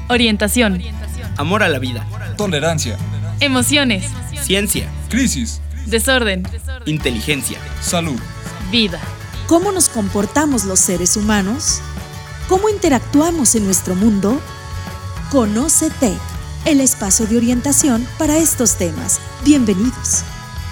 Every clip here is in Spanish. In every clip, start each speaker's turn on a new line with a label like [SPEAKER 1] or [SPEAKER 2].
[SPEAKER 1] Orientación.
[SPEAKER 2] Amor a la vida.
[SPEAKER 3] Tolerancia.
[SPEAKER 1] Emociones.
[SPEAKER 2] Ciencia.
[SPEAKER 3] Crisis.
[SPEAKER 1] Desorden.
[SPEAKER 2] Inteligencia.
[SPEAKER 3] Salud.
[SPEAKER 1] Vida.
[SPEAKER 4] ¿Cómo nos comportamos los seres humanos? ¿Cómo interactuamos en nuestro mundo? Conoce TEC, el espacio de orientación para estos temas. Bienvenidos.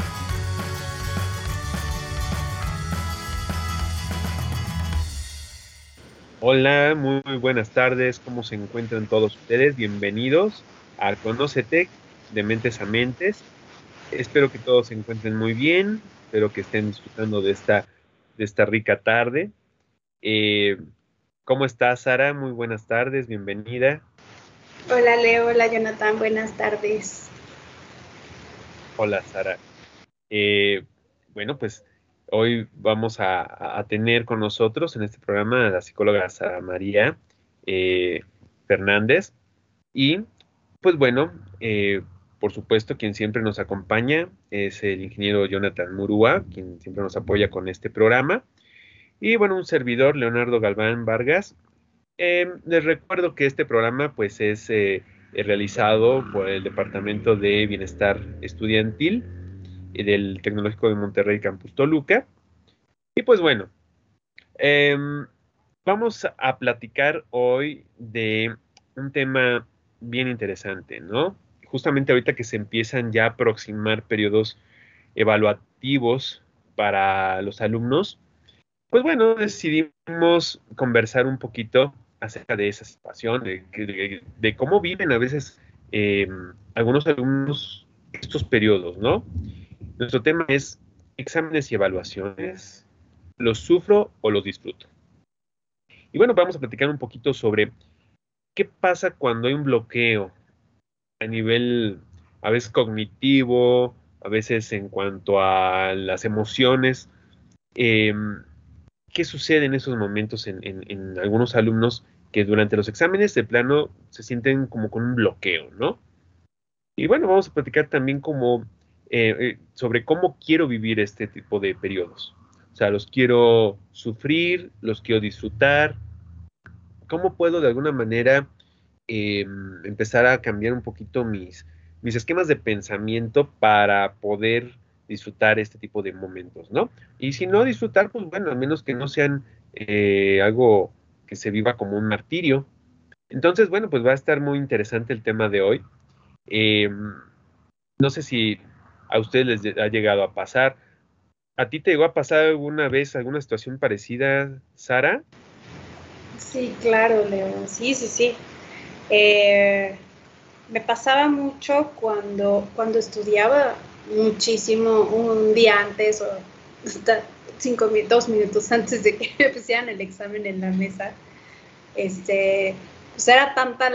[SPEAKER 5] Hola, muy buenas tardes. ¿Cómo se encuentran todos ustedes? Bienvenidos a Conoce TEC de Mentes a Mentes. Espero que todos se encuentren muy bien. Espero que estén disfrutando de esta rica tarde. ¿Cómo estás, Sara? Muy buenas tardes. Bienvenida.
[SPEAKER 6] Hola, Leo. Hola, Jonathan. Buenas tardes.
[SPEAKER 5] Hola, Sara. Bueno, pues hoy vamos a tener con nosotros en este programa a la psicóloga Sara María Fernández. Y pues bueno, por supuesto, quien siempre nos acompaña es el ingeniero Jonathan Murúa, quien siempre nos apoya con este programa. Y bueno, un servidor, Leonardo Galván Vargas. Les recuerdo que este programa pues es realizado por el Departamento de Bienestar Estudiantil del Tecnológico de Monterrey Campus Toluca. Y pues bueno, vamos a platicar hoy de un tema bien interesante, ¿no? Justamente ahorita que se empiezan ya a aproximar periodos evaluativos para los alumnos, pues bueno, decidimos conversar un poquito acerca de esa situación, de cómo viven a veces algunos alumnos estos periodos, ¿no? Nuestro tema es exámenes y evaluaciones. ¿Los sufro o los disfruto? Y bueno, vamos a platicar un poquito sobre qué pasa cuando hay un bloqueo a nivel, a veces cognitivo, a veces en cuanto a las emociones. Eh, ¿Qué sucede en esos momentos en algunos alumnos que durante los exámenes de plano se sienten como con un bloqueo, ¿no? Y bueno, vamos a platicar también sobre cómo quiero vivir este tipo de periodos. O sea, los quiero sufrir, los quiero disfrutar. ¿Cómo puedo de alguna manera empezar a cambiar un poquito mis esquemas de pensamiento para poder disfrutar este tipo de momentos, ¿no? Y si no disfrutar, pues bueno, al menos que no sean algo que se viva como un martirio. Entonces, bueno, pues va a estar muy interesante el tema de hoy. Eh, no sé si a ustedes les ha llegado a pasar. ¿A ti te llegó a pasar alguna vez alguna situación parecida, Sara?
[SPEAKER 6] Sí, claro, Leo. Sí. Me pasaba mucho cuando estudiaba muchísimo un día antes o hasta 2 minutos antes de que me pusieran el examen en la mesa. Pues era tanta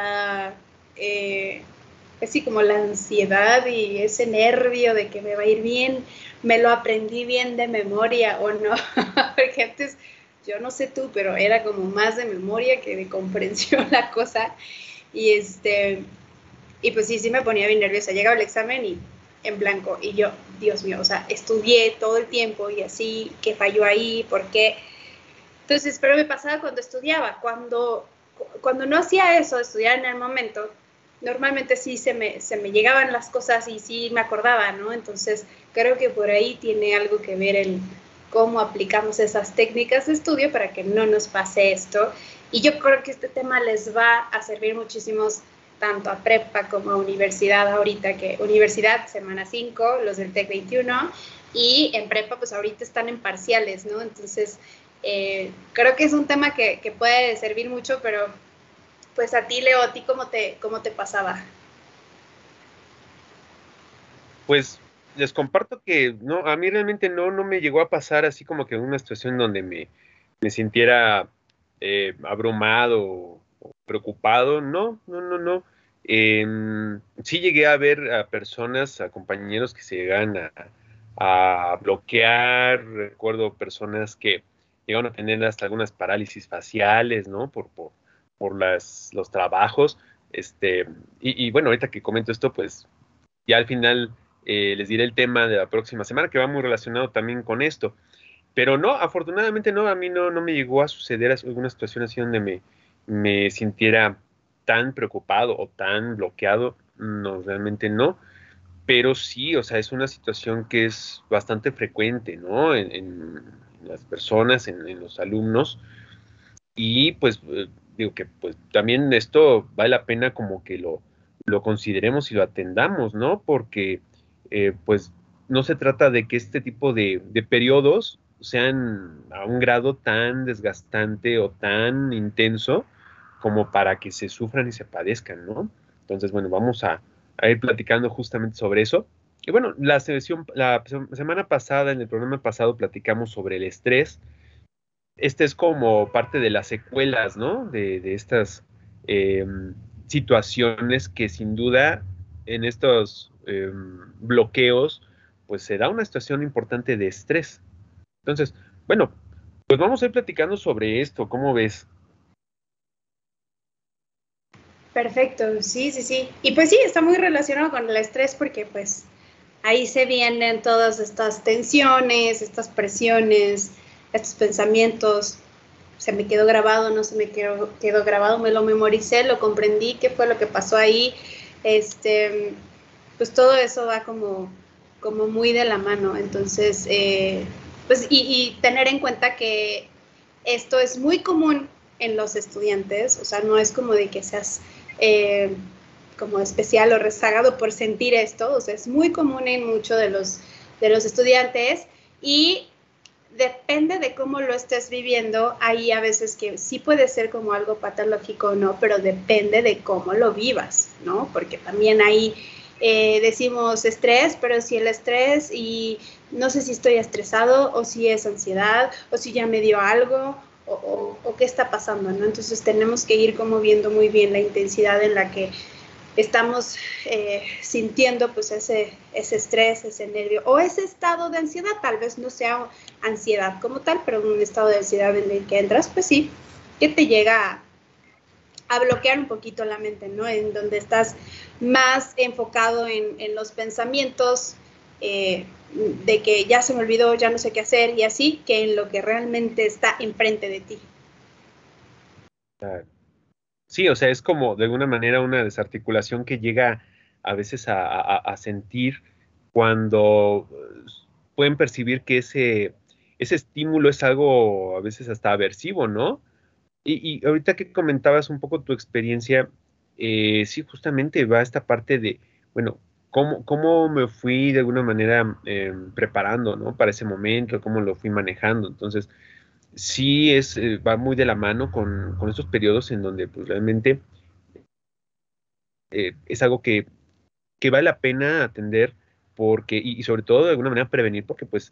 [SPEAKER 6] así como la ansiedad y ese nervio de que me va a ir bien, me lo aprendí bien de memoria o no, porque antes, yo no sé tú, pero era como más de memoria que de comprensión la cosa, y y pues sí me ponía bien nerviosa, llegaba el examen y en blanco, y yo, Dios mío, o sea, estudié todo el tiempo y así, ¿qué falló ahí? ¿Por qué? Entonces, pero me pasaba cuando estudiaba, cuando no hacía eso, estudiar en el momento, normalmente sí se me llegaban las cosas y sí me acordaba, ¿no? Entonces, creo que por ahí tiene algo que ver el cómo aplicamos esas técnicas de estudio para que no nos pase esto. Y yo creo que este tema les va a servir muchísimos tanto a prepa como a universidad ahorita, que universidad semana 5, los del TEC 21, y en prepa pues ahorita están en parciales, ¿no? Entonces, creo que es un tema que puede servir mucho, pero pues a ti, Leo, ¿a ti cómo te pasaba?
[SPEAKER 5] Pues les comparto que no, a mí realmente no me llegó a pasar así como que una situación donde me sintiera abrumado o preocupado. No. Sí llegué a ver a personas, a compañeros que se llegan a bloquear. Recuerdo personas que llegaron a tener hasta algunas parálisis faciales, ¿no? Por los trabajos. Y bueno, ahorita que comento esto, pues ya al final les diré el tema de la próxima semana, que va muy relacionado también con esto. Pero no, afortunadamente no, a mí no me llegó a suceder alguna situación así donde me sintiera tan preocupado o tan bloqueado, no, realmente no. Pero sí, o sea, es una situación que es bastante frecuente, ¿no? En las personas, en los alumnos. Y pues digo que pues también esto vale la pena como que lo consideremos y lo atendamos, ¿no? Porque pues no se trata de que este tipo de periodos sean a un grado tan desgastante o tan intenso como para que se sufran y se padezcan, ¿no? Entonces, bueno, vamos a ir platicando justamente sobre eso. Y bueno, la semana pasada, en el programa pasado, platicamos sobre el estrés. Este es como parte de las secuelas, ¿no? De estas eh, situaciones que sin duda en estos bloqueos, pues se da una situación importante de estrés. Entonces, bueno, pues vamos a ir platicando sobre esto, ¿cómo ves?
[SPEAKER 6] Perfecto, sí, sí, sí. Y pues sí, está muy relacionado con el estrés porque pues ahí se vienen todas estas tensiones, estas presiones, estos pensamientos. Se me quedó grabado, no se me quedó grabado, me lo memoricé, lo comprendí, qué fue lo que pasó ahí. Pues todo eso va como muy de la mano. Entonces, pues y tener en cuenta que esto es muy común en los estudiantes, o sea, no es como de que seas como especial o rezagado por sentir esto, o sea, es muy común en muchos de los estudiantes y depende de cómo lo estés viviendo, hay a veces que sí puede ser como algo patológico o no, pero depende de cómo lo vivas, ¿no? Porque también ahí decimos estrés, pero si el estrés y no sé si estoy estresado o si es ansiedad o si ya me dio algo o qué está pasando, ¿no? Entonces tenemos que ir como viendo muy bien la intensidad en la que estamos sintiendo pues ese estrés, ese nervio o ese estado de ansiedad. Tal vez no sea ansiedad como tal, pero un estado de ansiedad en el que entras, pues sí, que te llega a bloquear un poquito la mente, ¿no? En donde estás más enfocado en los pensamientos de que ya se me olvidó, ya no sé qué hacer y así, que en lo que realmente está enfrente de ti.
[SPEAKER 5] Sí, o sea, es como de alguna manera una desarticulación que llega a veces a sentir cuando pueden percibir que ese estímulo es algo a veces hasta aversivo, ¿no? Y ahorita que comentabas un poco tu experiencia, sí, justamente va esta parte de, bueno, cómo me fui de alguna manera preparando, ¿no? Para ese momento, cómo lo fui manejando. Entonces, sí va muy de la mano con estos periodos en donde pues realmente es algo que vale la pena atender porque, y sobre todo de alguna manera prevenir, porque pues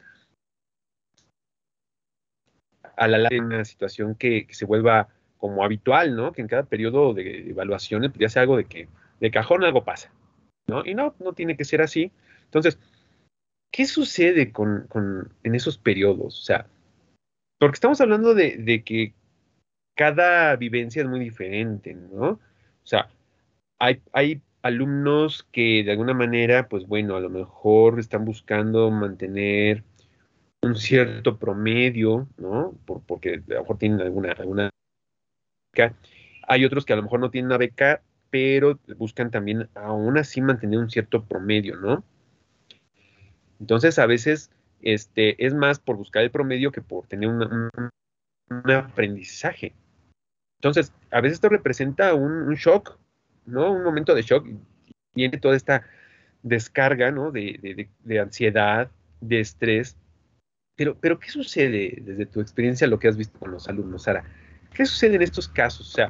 [SPEAKER 5] a la larga es una situación que se vuelva como habitual, ¿no? Que en cada periodo de evaluaciones pues, ya sea algo de cajón algo pasa, ¿no? Y no tiene que ser así. Entonces, ¿qué sucede en esos periodos? O sea, porque estamos hablando de que cada vivencia es muy diferente, ¿no? O sea, hay alumnos que de alguna manera, pues bueno, a lo mejor están buscando mantener un cierto promedio, ¿no? Porque a lo mejor tienen alguna beca. Hay otros que a lo mejor no tienen una beca, pero buscan también aún así mantener un cierto promedio, ¿no? Entonces, a veces es más por buscar el promedio que por tener un aprendizaje. Entonces, a veces esto representa un shock, ¿no? Un momento de shock. Viene toda esta descarga, ¿no? De ansiedad, de estrés. Pero, ¿qué sucede desde tu experiencia, lo que has visto con los alumnos, Sara? ¿Qué sucede en estos casos? O sea,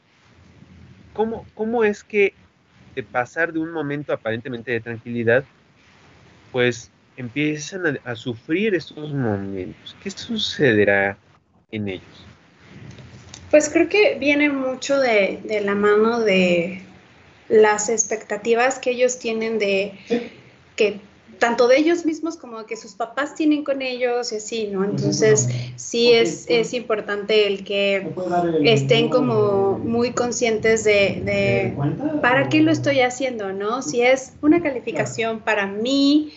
[SPEAKER 5] ¿cómo es que de pasar de un momento aparentemente de tranquilidad, pues empiezan a sufrir estos momentos? ¿Qué sucederá en ellos?
[SPEAKER 6] Pues creo que viene mucho de la mano de las expectativas que ellos tienen de que tanto de ellos mismos como que sus papás tienen con ellos y así, ¿no? Entonces sí es importante el que estén como muy conscientes de para qué lo estoy haciendo, ¿no? Si es una calificación para mí,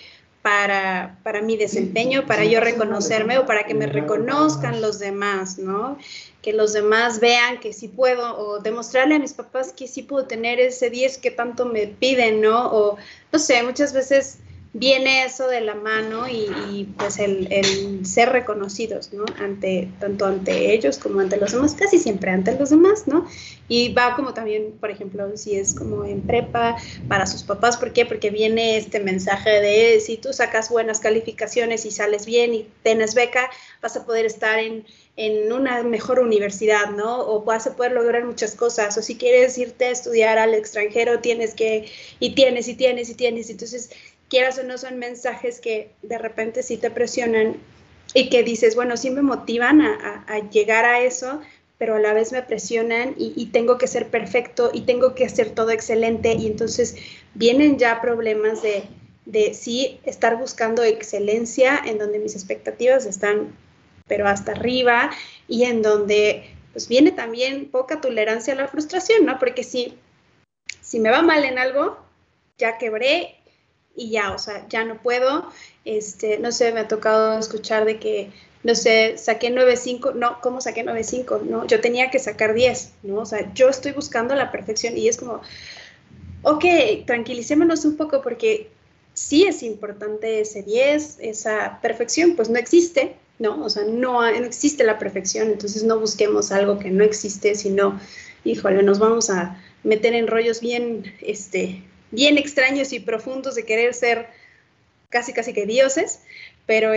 [SPEAKER 6] para mi desempeño, para yo reconocerme o para que me reconozcan los demás, ¿no? Que los demás vean que sí puedo, o demostrarle a mis papás que sí puedo tener ese 10 que tanto me piden, ¿no? O no sé, muchas veces viene eso de la mano y pues el ser reconocidos, ¿no? Tanto ante ellos como ante los demás, casi siempre ante los demás, ¿no? Y va como también, por ejemplo, si es como en prepa, para sus papás, ¿por qué? Porque viene este mensaje de si tú sacas buenas calificaciones y sales bien y tienes beca, vas a poder estar en una mejor universidad, ¿no? O vas a poder lograr muchas cosas, o si quieres irte a estudiar al extranjero, tienes. Entonces, quieras o no, son mensajes que de repente sí te presionan y que dices, bueno, sí me motivan a llegar a eso, pero a la vez me presionan y tengo que ser perfecto y tengo que hacer todo excelente, y entonces vienen ya problemas de sí estar buscando excelencia en donde mis expectativas están pero hasta arriba, y en donde pues viene también poca tolerancia a la frustración, ¿no? Porque si me va mal en algo, ya quebré y ya, o sea, ya no puedo, no sé, me ha tocado escuchar de que, no sé, saqué 9.5, no, ¿cómo saqué 9.5? No, yo tenía que sacar 10, ¿no? O sea, yo estoy buscando la perfección y es como, ok, tranquilicémonos un poco porque sí es importante ese 10, esa perfección, pues no existe, ¿no? O sea, no existe la perfección, entonces no busquemos algo que no existe, sino, híjole, nos vamos a meter en rollos bien, bien extraños y profundos de querer ser casi que dioses, pero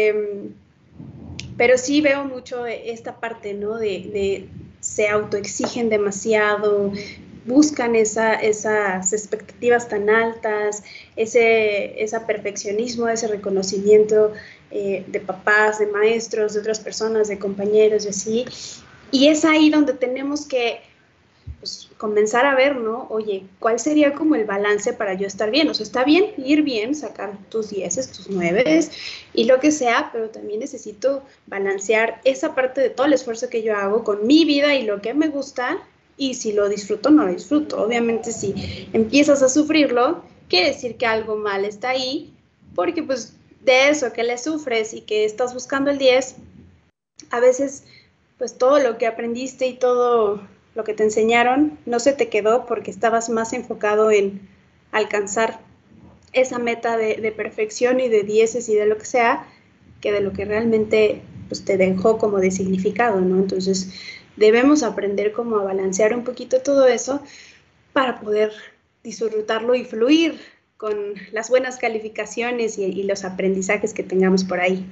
[SPEAKER 6] pero sí veo mucho esta parte, ¿no? De se autoexigen demasiado, buscan esas expectativas tan altas, ese perfeccionismo, ese reconocimiento de papás, de maestros, de otras personas, de compañeros y así. Y es ahí donde tenemos que pues, comenzar a ver, ¿no? Oye, ¿cuál sería como el balance para yo estar bien? O sea, está bien ir bien, sacar tus 10, tus 9 y lo que sea, pero también necesito balancear esa parte de todo el esfuerzo que yo hago con mi vida y lo que me gusta, y si lo disfruto, no lo disfruto. Obviamente, si empiezas a sufrirlo, quiere decir que algo mal está ahí, porque pues de eso que le sufres y que estás buscando el 10, a veces pues todo lo que aprendiste y todo lo que te enseñaron no se te quedó porque estabas más enfocado en alcanzar esa meta de perfección y de 10 y de lo que sea, que de lo que realmente pues, te dejó como de significado, ¿no? Entonces debemos aprender como a balancear un poquito todo eso para poder disfrutarlo y fluir con las buenas calificaciones y los aprendizajes que tengamos por ahí.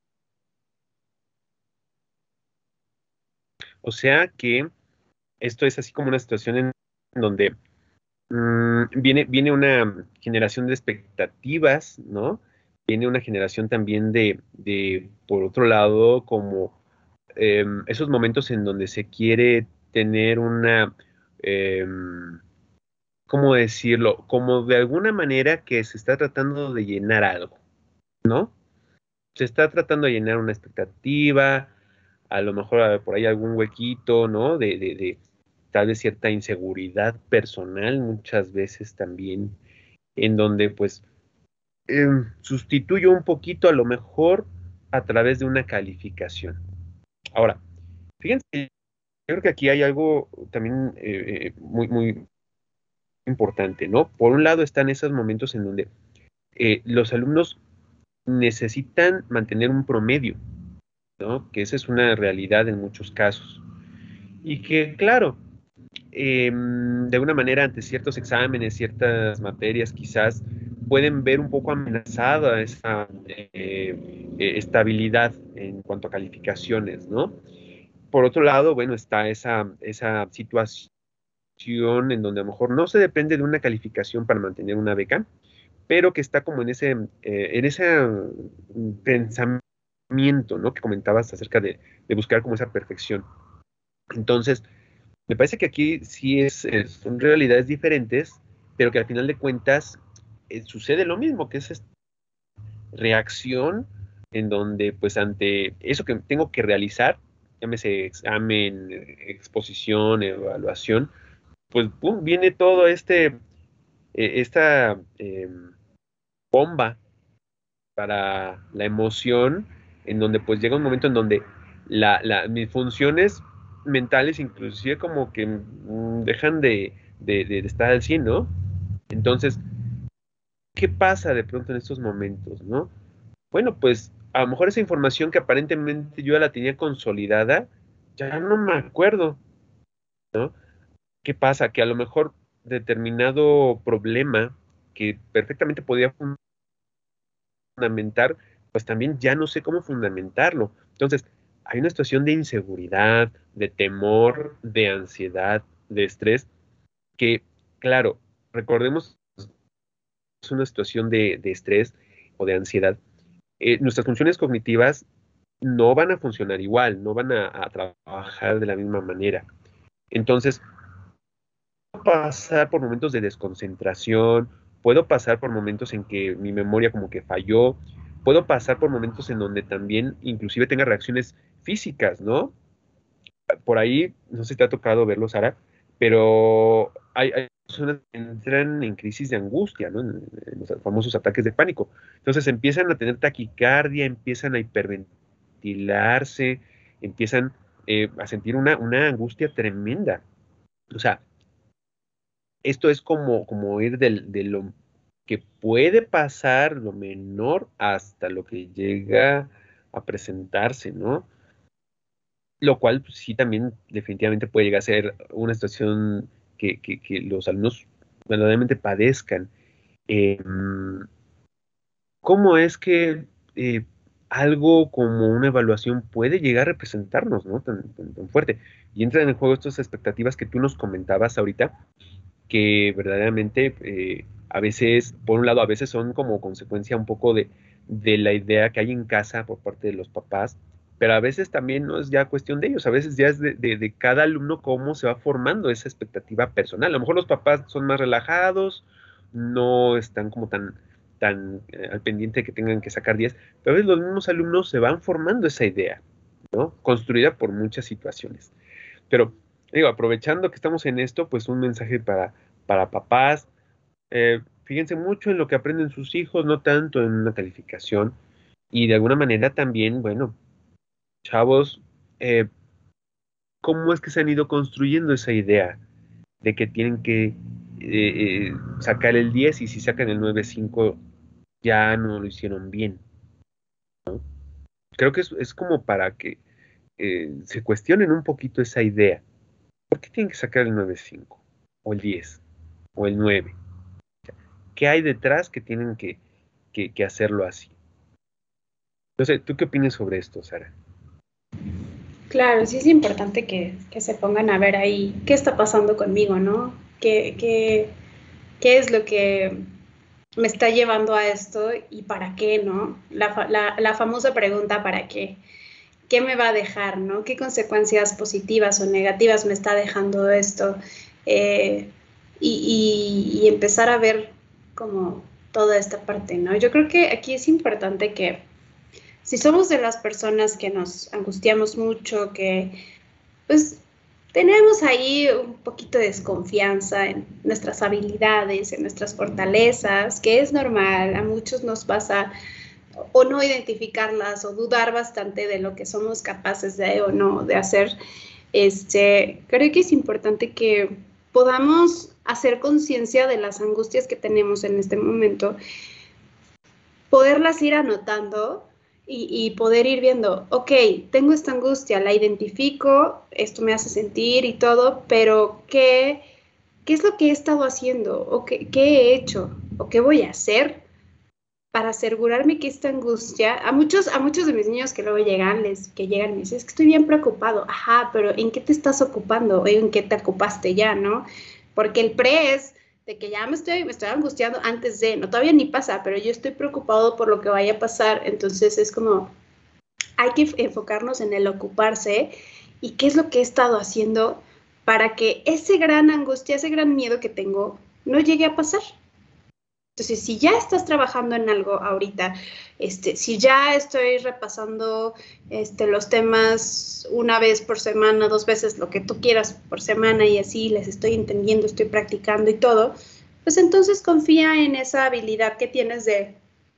[SPEAKER 5] O sea que esto es así como una situación en donde viene una generación de expectativas, ¿no? Viene una generación también por otro lado, como esos momentos en donde se quiere tener ¿cómo decirlo? Como de alguna manera que se está tratando de llenar algo, ¿no? Se está tratando de llenar una expectativa, a lo mejor por ahí algún huequito, ¿no? De tal vez cierta inseguridad personal muchas veces también, en donde pues sustituyo un poquito a lo mejor a través de una calificación. Ahora, fíjense, yo creo que aquí hay algo también muy importante, ¿no? Por un lado están esos momentos en donde los alumnos necesitan mantener un promedio, ¿no? Que esa es una realidad en muchos casos. Y que, claro, de alguna manera ante ciertos exámenes, ciertas materias quizás pueden ver un poco amenazada esa estabilidad en cuanto a calificaciones, ¿no? Por otro lado, bueno, está esa situación en donde a lo mejor no se depende de una calificación para mantener una beca, pero que está como en ese pensamiento, ¿no? Que comentabas acerca de buscar como esa perfección. Entonces, me parece que aquí sí son realidades diferentes, pero que al final de cuentas sucede lo mismo, que es esta reacción en donde pues ante eso que tengo que realizar, llámese examen, exposición, evaluación, pues pum, viene todo esta bomba para la emoción, en donde pues llega un momento en donde mis funciones mentales inclusive como que dejan de estar al 100, ¿no? Entonces, ¿qué pasa de pronto en estos momentos, no? Bueno, pues a lo mejor esa información que aparentemente yo ya la tenía consolidada, ya no me acuerdo, ¿no? ¿Qué pasa? Que a lo mejor determinado problema que perfectamente podía fundamentar, pues también ya no sé cómo fundamentarlo. Entonces, hay una situación de inseguridad, de temor, de ansiedad, de estrés, que, claro, recordemos, es una situación de estrés o de ansiedad. Nuestras funciones cognitivas no van a funcionar igual, no van a trabajar de la misma manera. Entonces, puedo pasar por momentos de desconcentración, puedo pasar por momentos en que mi memoria como que falló, puedo pasar por momentos en donde también inclusive tenga reacciones físicas, ¿no? Por ahí, no sé si te ha tocado verlo, Sara, pero hay personas que entran en crisis de angustia, ¿no? En los famosos ataques de pánico. Entonces empiezan a tener taquicardia, empiezan a hiperventilarse, empiezan a sentir una angustia tremenda. O sea, esto es como ir de lo que puede pasar, lo menor, hasta lo que llega a presentarse, ¿no? Lo cual pues, sí también definitivamente puede llegar a ser una situación que los alumnos verdaderamente padezcan. Eh, ¿Cómo es que algo como una evaluación puede llegar a representarnos, ¿no? Tan fuerte? Y entran en juego estas expectativas que tú nos comentabas ahorita, que verdaderamente a veces, por un lado, a veces son como consecuencia un poco de la idea que hay en casa por parte de los papás, pero a veces también no es ya cuestión de ellos, a veces ya es de cada alumno cómo se va formando esa expectativa personal. A lo mejor los papás son más relajados, no están como tan al pendiente de que tengan que sacar 10, pero a veces los mismos alumnos se van formando esa idea, ¿no? Construida por muchas situaciones. Pero digo, aprovechando que estamos en esto, pues un mensaje para papás. Fíjense mucho en lo que aprenden sus hijos, no tanto en una calificación. Y de alguna manera también, bueno, chavos, ¿cómo es que se han ido construyendo esa idea de que tienen que sacar el 10 y si sacan el 9.5 ya no lo hicieron bien? Creo que es como para que se cuestionen un poquito esa idea. ¿Por qué tienen que sacar el 9.5 o el 10 o el 9? ¿Qué hay detrás que tienen que hacerlo así? Entonces, ¿tú qué opinas sobre esto, Sara?
[SPEAKER 6] Claro, sí es importante que se pongan a ver ahí qué está pasando conmigo, ¿no? ¿Qué es lo que me está llevando a esto y para qué, ¿no? La famosa pregunta ¿para qué? ¿Qué me va a dejar, ¿no? ¿Qué consecuencias positivas o negativas me está dejando esto? Y empezar a ver como toda esta parte, ¿no? Yo creo que aquí es importante que si somos de las personas que nos angustiamos mucho, que pues tenemos ahí un poquito de desconfianza en nuestras habilidades, en nuestras fortalezas, que es normal, a muchos nos pasa o no identificarlas o dudar bastante de lo que somos capaces de o no de hacer. Creo que es importante que podamos hacer conciencia de las angustias que tenemos en este momento, poderlas ir anotando y poder ir viendo, ok, tengo esta angustia, la identifico, esto me hace sentir y todo, pero ¿qué es lo que he estado haciendo? ¿O qué he hecho? ¿O qué voy a hacer para asegurarme que esta angustia, a muchos de mis niños que luego llegan y me dicen, es que estoy bien preocupado? Ajá, pero ¿en qué te estás ocupando? ¿O en qué te ocupaste ya, no? Porque el pre es de que ya me estoy angustiando antes de, no, todavía ni pasa, pero yo estoy preocupado por lo que vaya a pasar. Entonces es como, hay que enfocarnos en el ocuparse y qué es lo que he estado haciendo para que ese gran angustia, ese gran miedo que tengo no llegue a pasar. Entonces, si ya estás trabajando en algo ahorita, si ya estoy repasando los temas una vez por semana, 2 veces, lo que tú quieras por semana y así les estoy entendiendo, estoy practicando y todo, pues entonces confía en esa habilidad que tienes de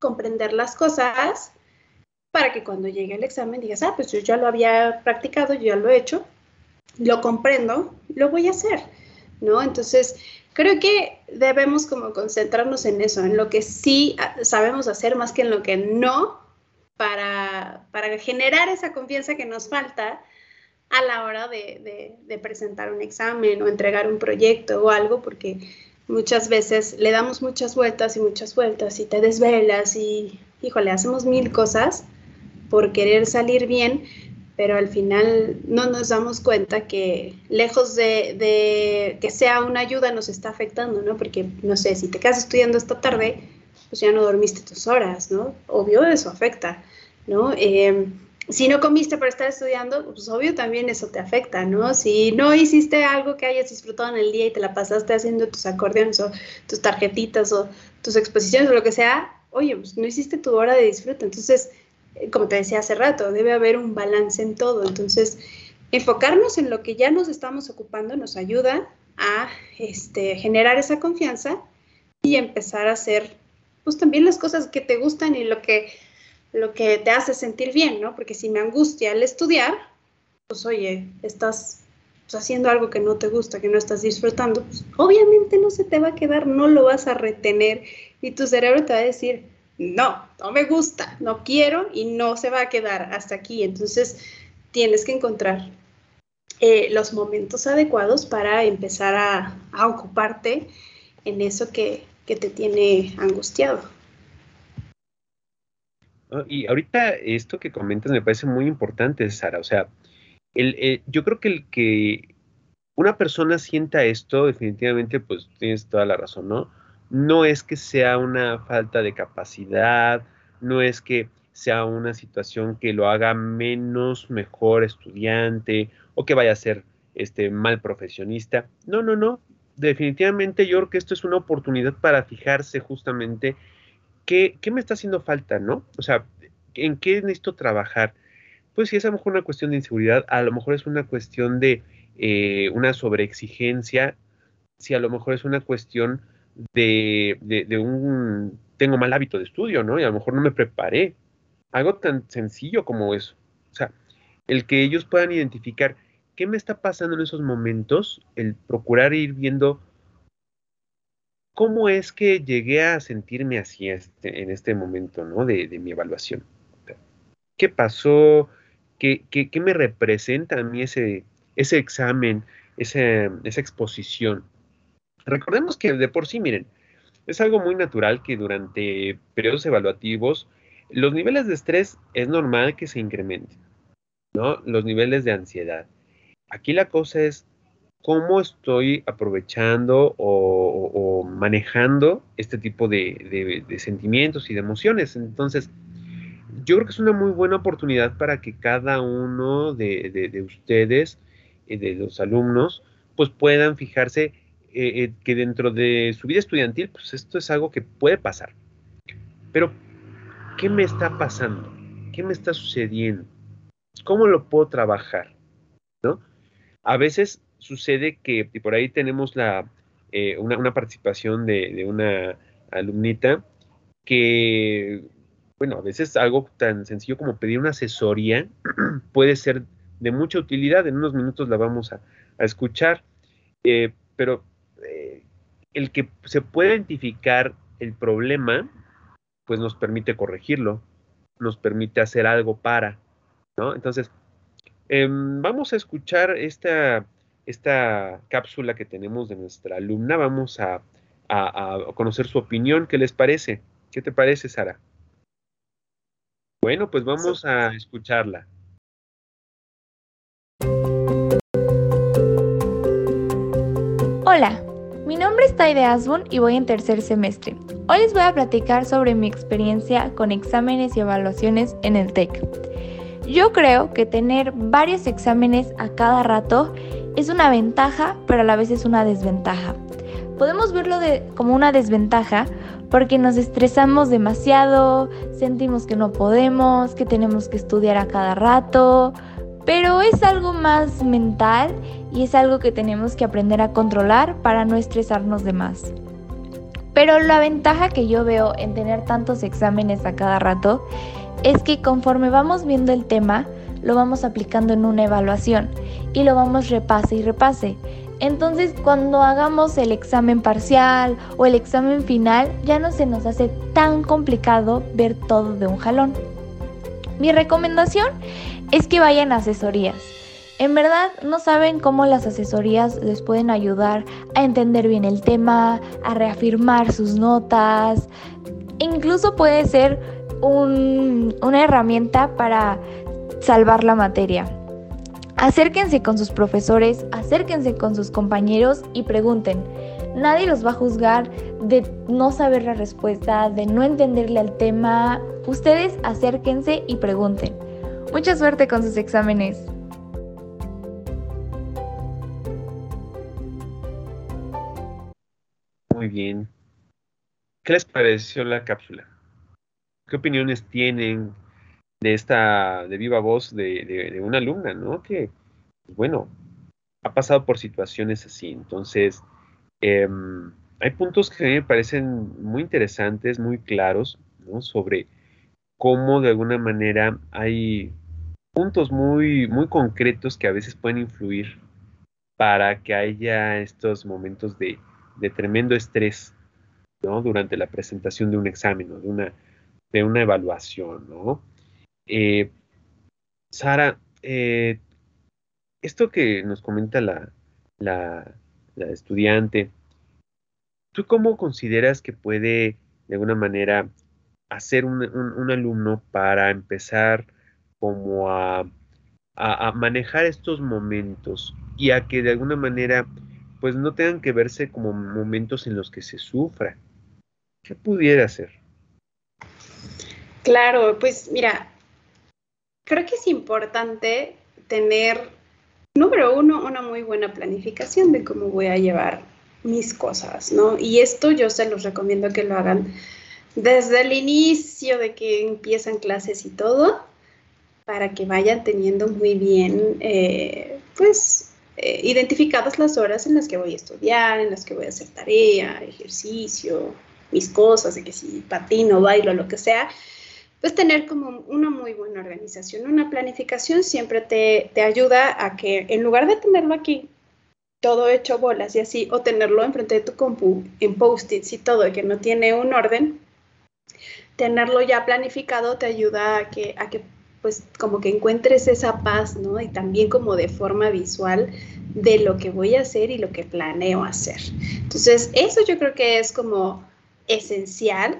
[SPEAKER 6] comprender las cosas para que cuando llegue el examen digas, pues yo ya lo había practicado, yo ya lo he hecho, lo comprendo, lo voy a hacer, ¿no? Entonces, creo que debemos como concentrarnos en eso, en lo que sí sabemos hacer más que en lo que no, para generar esa confianza que nos falta a la hora de presentar un examen o entregar un proyecto o algo, porque muchas veces le damos muchas vueltas y te desvelas y, híjole, hacemos 1000 cosas por querer salir bien, pero al final no nos damos cuenta que lejos de que sea una ayuda nos está afectando, ¿no? Porque, no sé, si te quedas estudiando esta tarde, pues ya no dormiste tus horas, ¿no? Obvio eso afecta, ¿no? Si no comiste para estar estudiando, pues obvio también eso te afecta, ¿no? Si no hiciste algo que hayas disfrutado en el día y te la pasaste haciendo tus acordeones o tus tarjetitas o tus exposiciones o lo que sea, oye, pues no hiciste tu hora de disfrute. Entonces, como te decía hace rato, debe haber un balance en todo. Entonces, enfocarnos en lo que ya nos estamos ocupando nos ayuda a generar esa confianza y empezar a hacer, pues también las cosas que te gustan y lo que te hace sentir bien, ¿no? Porque si me angustia el estudiar, pues oye, estás haciendo algo que no te gusta, que no estás disfrutando, pues obviamente no se te va a quedar, no lo vas a retener y tu cerebro te va a decir, no me gusta, no quiero y no se va a quedar hasta aquí. Entonces tienes que encontrar los momentos adecuados para empezar a ocuparte en eso que te tiene angustiado.
[SPEAKER 5] Y ahorita esto que comentas me parece muy importante, Sara. O sea, yo creo que el que una persona sienta esto, definitivamente, pues tienes toda la razón, ¿no? No es que sea una falta de capacidad, no es que sea una situación que lo haga mejor estudiante o que vaya a ser mal profesionista. No. Definitivamente yo creo que esto es una oportunidad para fijarse justamente ¿Qué me está haciendo falta, no? O sea, ¿en qué necesito trabajar? Pues si es a lo mejor una cuestión de inseguridad, a lo mejor es una cuestión de una sobreexigencia, si a lo mejor es una cuestión de tengo mal hábito de estudio, ¿no? Y a lo mejor no me preparé. Algo tan sencillo como eso. O sea, el que ellos puedan identificar qué me está pasando en esos momentos, el procurar ir viendo ¿cómo es que llegué a sentirme así en este momento, ¿no? de mi evaluación? ¿Qué pasó? ¿Qué me representa a mí ese examen, esa exposición? Recordemos que de por sí, miren, es algo muy natural que durante periodos evaluativos los niveles de estrés es normal que se incrementen, ¿no? Los niveles de ansiedad. Aquí la cosa es cómo estoy aprovechando o manejando este tipo de sentimientos y de emociones. Entonces, yo creo que es una muy buena oportunidad para que cada uno de ustedes, de los alumnos, pues puedan fijarse que dentro de su vida estudiantil, pues esto es algo que puede pasar. Pero, ¿qué me está pasando? ¿Qué me está sucediendo? ¿Cómo lo puedo trabajar? ¿No? A veces sucede que, y por ahí tenemos una participación de una alumnita que, bueno, a veces algo tan sencillo como pedir una asesoría puede ser de mucha utilidad. En unos minutos la vamos a escuchar, pero el que se pueda identificar el problema, pues nos permite corregirlo, nos permite hacer algo para, ¿no? Entonces, vamos a escuchar esta cápsula que tenemos de nuestra alumna. Vamos a conocer su opinión. ¿Qué les parece? ¿Qué te parece, Sara? Bueno, pues vamos a escucharla.
[SPEAKER 3] Hola, mi nombre es Taide Asbun y voy en tercer semestre. Hoy les voy a platicar sobre mi experiencia con exámenes y evaluaciones en el TEC. Yo creo que tener varios exámenes a cada rato es una ventaja, pero a la vez es una desventaja. Podemos verlo como una desventaja porque nos estresamos demasiado, sentimos que no podemos, que tenemos que estudiar a cada rato, pero es algo más mental y es algo que tenemos que aprender a controlar para no estresarnos de más. Pero la ventaja que yo veo en tener tantos exámenes a cada rato es que conforme vamos viendo el tema, lo vamos aplicando en una evaluación y lo vamos repase y repase. Entonces, cuando hagamos el examen parcial o el examen final, ya no se nos hace tan complicado ver todo de un jalón. Mi recomendación es que vayan a asesorías. En verdad, no saben cómo las asesorías les pueden ayudar a entender bien el tema, a reafirmar sus notas. Incluso puede ser una herramienta para salvar la materia. Acérquense con sus profesores, acérquense con sus compañeros y pregunten. Nadie los va a juzgar de no saber la respuesta, de no entenderle al tema. Ustedes acérquense y pregunten. Mucha suerte con sus exámenes.
[SPEAKER 5] Muy bien. ¿Qué les pareció la cápsula? ¿Qué opiniones tienen de viva voz de una alumna, ¿no? Que, bueno, ha pasado por situaciones así. Entonces, hay puntos que a mí me parecen muy interesantes, muy claros, ¿no? Sobre cómo de alguna manera hay puntos muy, muy concretos que a veces pueden influir para que haya estos momentos de tremendo estrés, ¿no? Durante la presentación de un examen o de una evaluación, ¿no? Sara, esto que nos comenta la, la estudiante, ¿tú cómo consideras que puede de alguna manera hacer un alumno para empezar como a manejar estos momentos y a que de alguna manera pues no tengan que verse como momentos en los que se sufra? ¿Qué pudiera hacer?
[SPEAKER 6] Claro, pues mira, creo que es importante tener, número uno, una muy buena planificación de cómo voy a llevar mis cosas, ¿no? Y esto yo se los recomiendo que lo hagan desde el inicio de que empiezan clases y todo, para que vayan teniendo muy bien, identificadas las horas en las que voy a estudiar, en las que voy a hacer tarea, ejercicio, mis cosas, de que si patino, bailo, lo que sea, pues tener como una muy buena organización. Una planificación siempre te ayuda a que en lugar de tenerlo aquí todo hecho bolas y así, o tenerlo enfrente de tu compu en post-its y todo, que no tiene un orden, tenerlo ya planificado te ayuda a que pues como que encuentres esa paz, ¿no? Y también como de forma visual de lo que voy a hacer y lo que planeo hacer. Entonces, eso yo creo que es como esencial.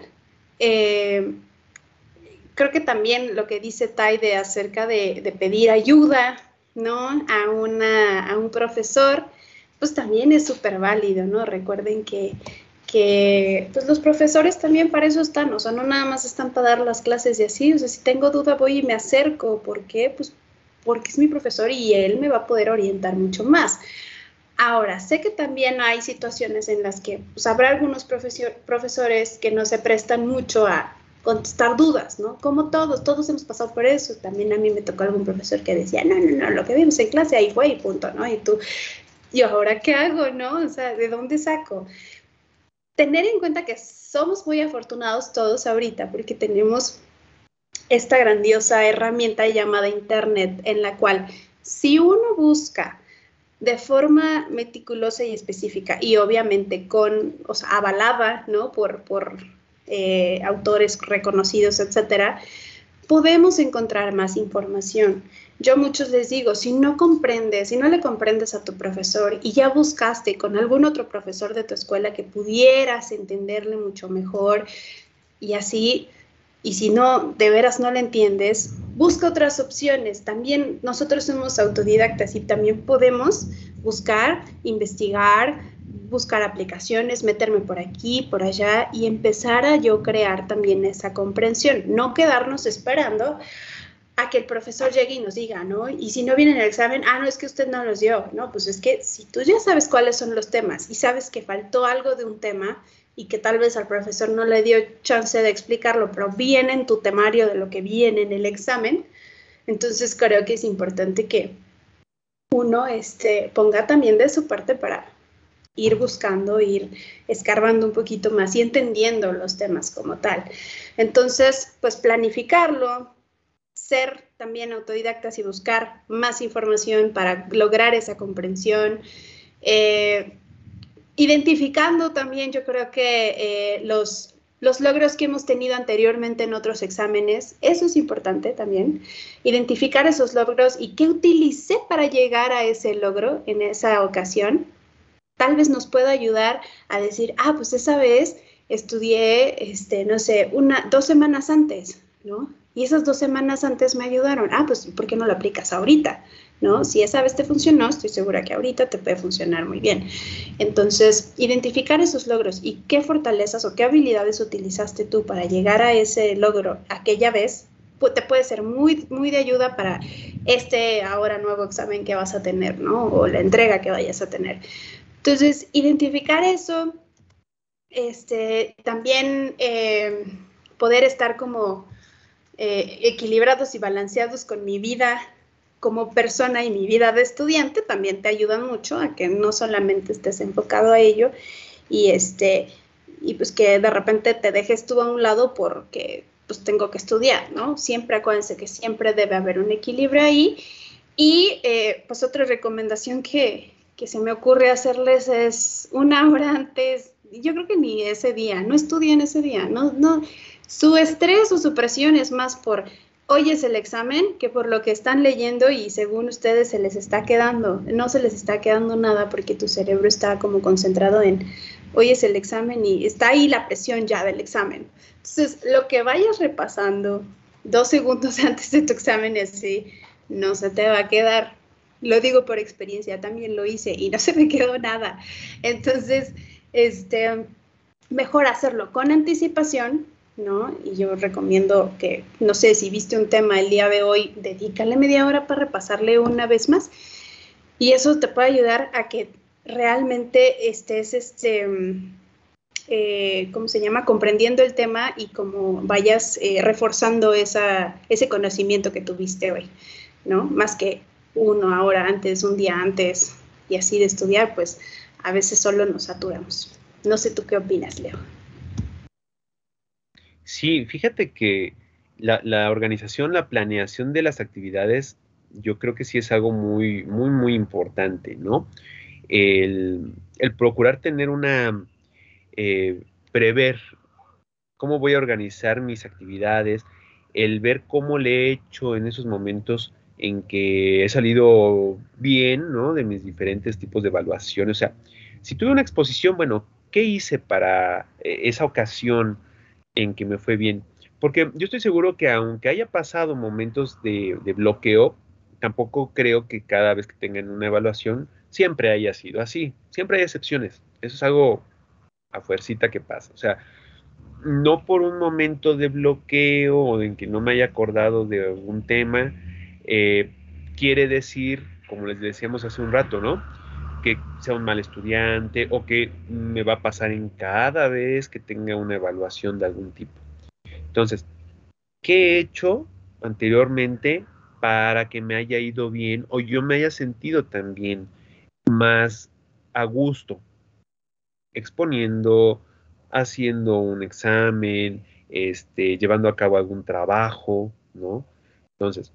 [SPEAKER 6] Creo que también lo que dice Taide acerca de pedir ayuda, ¿no? A un profesor, pues también es súper válido, ¿no? Recuerden que pues los profesores también para eso están, o sea, no nada más están para dar las clases y así, o sea, si tengo duda voy y me acerco. ¿Por qué? Pues porque es mi profesor y él me va a poder orientar mucho más. Ahora, sé que también hay situaciones en las que pues, habrá algunos profesores que no se prestan mucho a contestar dudas, ¿no? Como todos hemos pasado por eso. También a mí me tocó algún profesor que decía, no, lo que vimos en clase ahí fue y punto, ¿no? Y tú, ¿y ahora qué hago, no? O sea, ¿de dónde saco? Tener en cuenta que somos muy afortunados todos ahorita porque tenemos esta grandiosa herramienta llamada Internet, en la cual si uno busca de forma meticulosa y específica y obviamente avalada, ¿no? por autores reconocidos, etcétera, podemos encontrar más información. Yo a muchos les digo, si no le comprendes a tu profesor y ya buscaste con algún otro profesor de tu escuela que pudieras entenderle mucho mejor y así, y si no, de veras no le entiendes, busca otras opciones. También nosotros somos autodidactas y también podemos buscar, investigar, buscar aplicaciones, meterme por aquí, por allá y empezar a yo crear también esa comprensión. No quedarnos esperando a que el profesor llegue y nos diga, ¿no? Y si no viene en el examen, no, es que usted no los dio, ¿no? Pues es que si tú ya sabes cuáles son los temas y sabes que faltó algo de un tema y que tal vez al profesor no le dio chance de explicarlo, pero viene en tu temario de lo que viene en el examen, entonces creo que es importante que uno ponga también de su parte para ir buscando, ir escarbando un poquito más y entendiendo los temas como tal. Entonces, pues planificarlo, ser también autodidactas y buscar más información para lograr esa comprensión. Identificando también, yo creo que los logros que hemos tenido anteriormente en otros exámenes, eso es importante también, identificar esos logros y qué utilicé para llegar a ese logro en esa ocasión, tal vez nos pueda ayudar a decir, pues esa vez estudié, no sé, 2 semanas antes, ¿no? Y esas 2 semanas antes me ayudaron. Pues, ¿por qué no lo aplicas ahorita? ¿No? Si esa vez te funcionó, estoy segura que ahorita te puede funcionar muy bien. Entonces, identificar esos logros y qué fortalezas o qué habilidades utilizaste tú para llegar a ese logro aquella vez, te puede ser muy, muy de ayuda para ahora nuevo examen que vas a tener, ¿no? O la entrega que vayas a tener. Entonces, identificar eso, también poder estar como equilibrados y balanceados con mi vida como persona y mi vida de estudiante también te ayudan mucho a que no solamente estés enfocado a ello y pues que de repente te dejes tú a un lado porque pues tengo que estudiar, ¿no? Siempre acuérdense que siempre debe haber un equilibrio ahí y pues otra recomendación que se me ocurre hacerles es 1 hora antes, yo creo que ni ese día, no estudien ese día, no, su estrés o su presión es más por hoy es el examen que por lo que están leyendo y según ustedes se les está quedando, no se les está quedando nada porque tu cerebro está como concentrado en hoy es el examen y está ahí la presión ya del examen. Entonces, lo que vayas repasando 2 segundos antes de tu examen así, no se te va a quedar. Lo digo por experiencia, también lo hice y no se me quedó nada. Entonces, mejor hacerlo con anticipación, ¿no? Y yo recomiendo que, no sé, si viste un tema el día de hoy, dedícale media hora para repasarle una vez más. Y eso te puede ayudar a que realmente estés, ¿cómo se llama? Comprendiendo el tema y como vayas reforzando ese conocimiento que tuviste hoy, ¿no? Más que 1 hora antes, un día antes y así de estudiar, pues a veces solo nos saturamos. No sé tú qué opinas, Leo.
[SPEAKER 5] Sí, fíjate que la organización, la planeación de las actividades, yo creo que sí es algo muy, muy, muy importante, ¿no? El procurar tener prever cómo voy a organizar mis actividades, el ver cómo le he hecho en esos momentos en que he salido bien, ¿no? De mis diferentes tipos de evaluaciones. O sea, si tuve una exposición, bueno, ¿qué hice para esa ocasión en que me fue bien? Porque yo estoy seguro que aunque haya pasado momentos de bloqueo, tampoco creo que cada vez que tengan una evaluación siempre haya sido así. Siempre hay excepciones. Eso es algo a fuercita que pasa. O sea, no por un momento de bloqueo o en que no me haya acordado de algún tema, eh, quiere decir, como les decíamos hace un rato, ¿no? Que sea un mal estudiante o que me va a pasar en cada vez que tenga una evaluación de algún tipo. Entonces, ¿qué he hecho anteriormente para que me haya ido bien o yo me haya sentido también más a gusto exponiendo, haciendo un examen, llevando a cabo algún trabajo, ¿no? Entonces,